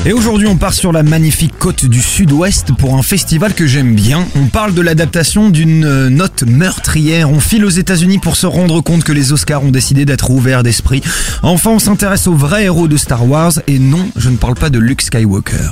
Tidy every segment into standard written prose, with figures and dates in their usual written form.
Et aujourd'hui, on part sur la magnifique côte du Sud-Ouest pour un festival que j'aime bien. On parle de l'adaptation d'une note meurtrière. On file aux États-Unis pour se rendre compte que les Oscars ont décidé d'être ouverts d'esprit. Enfin, on s'intéresse aux vrais héros de Star Wars. Et non, je ne parle pas de Luke Skywalker.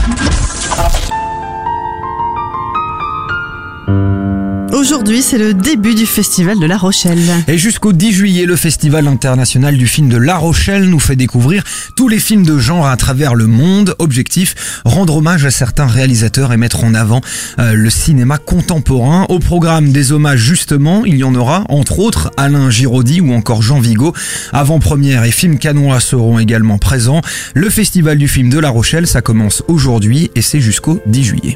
Aujourd'hui, c'est le début du festival de La Rochelle. Et jusqu'au 10 juillet, le Festival international du film de La Rochelle nous fait découvrir tous les films de genre à travers le monde. Objectif, rendre hommage à certains réalisateurs et mettre en avant le cinéma contemporain. Au programme des hommages, justement, il y en aura, entre autres, Alain Giraudy ou encore Jean Vigo. Avant-première et films canois seront également présents. Le Festival du film de La Rochelle, ça commence aujourd'hui et c'est jusqu'au 10 juillet.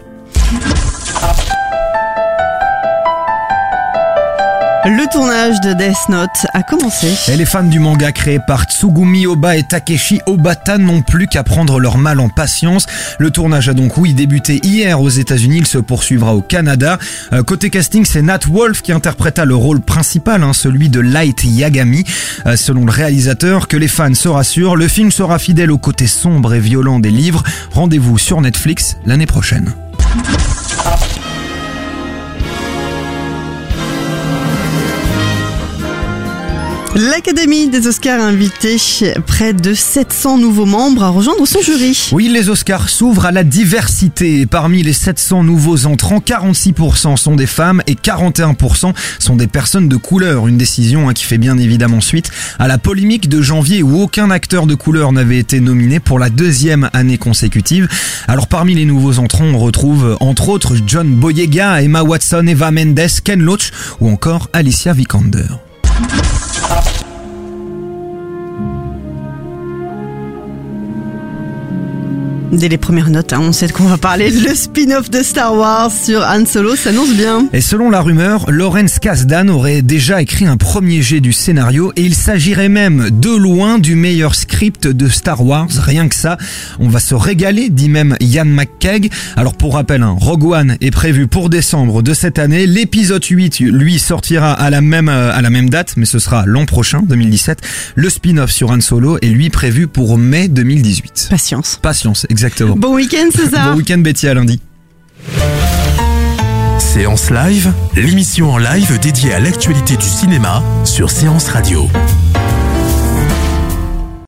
Le tournage de Death Note a commencé. Et les fans du manga créé par Tsugumi Ohba et Takeshi Obata n'ont plus qu'à prendre leur mal en patience. Le tournage a donc débuté hier aux États-Unis, il se poursuivra au Canada. Côté casting, c'est Nat Wolff qui interpréta le rôle principal, celui de Light Yagami. Selon le réalisateur, que les fans se rassurent, le film sera fidèle au côté sombre et violent des livres. Rendez-vous sur Netflix l'année prochaine. L'Académie des Oscars a invité près de 700 nouveaux membres à rejoindre son jury. Oui, les Oscars s'ouvrent à la diversité. Parmi les 700 nouveaux entrants, 46% sont des femmes et 41% sont des personnes de couleur. Une décision qui fait bien évidemment suite à la polémique de janvier où aucun acteur de couleur n'avait été nominé pour la deuxième année consécutive. Alors parmi les nouveaux entrants, on retrouve entre autres John Boyega, Emma Watson, Eva Mendes, Ken Loach ou encore Alicia Vikander. Dès les premières notes, on sait de quoi on va parler. Le spin-off de Star Wars sur Han Solo s'annonce bien. Et selon la rumeur, Lawrence Kasdan aurait déjà écrit un premier jet du scénario et il s'agirait même de loin du meilleur script de Star Wars. Rien que ça, on va se régaler, dit même Ian McKeag. Alors pour rappel, Rogue One est prévu pour décembre de cette année. L'épisode 8, lui, sortira à la même date, mais ce sera l'an prochain, 2017. Le spin-off sur Han Solo est lui prévu pour mai 2018. Patience, exactement. Bon week-end, c'est ça. Bon week-end, Betty, à lundi. Séance Live, l'émission en live dédiée à l'actualité du cinéma sur Séance Radio.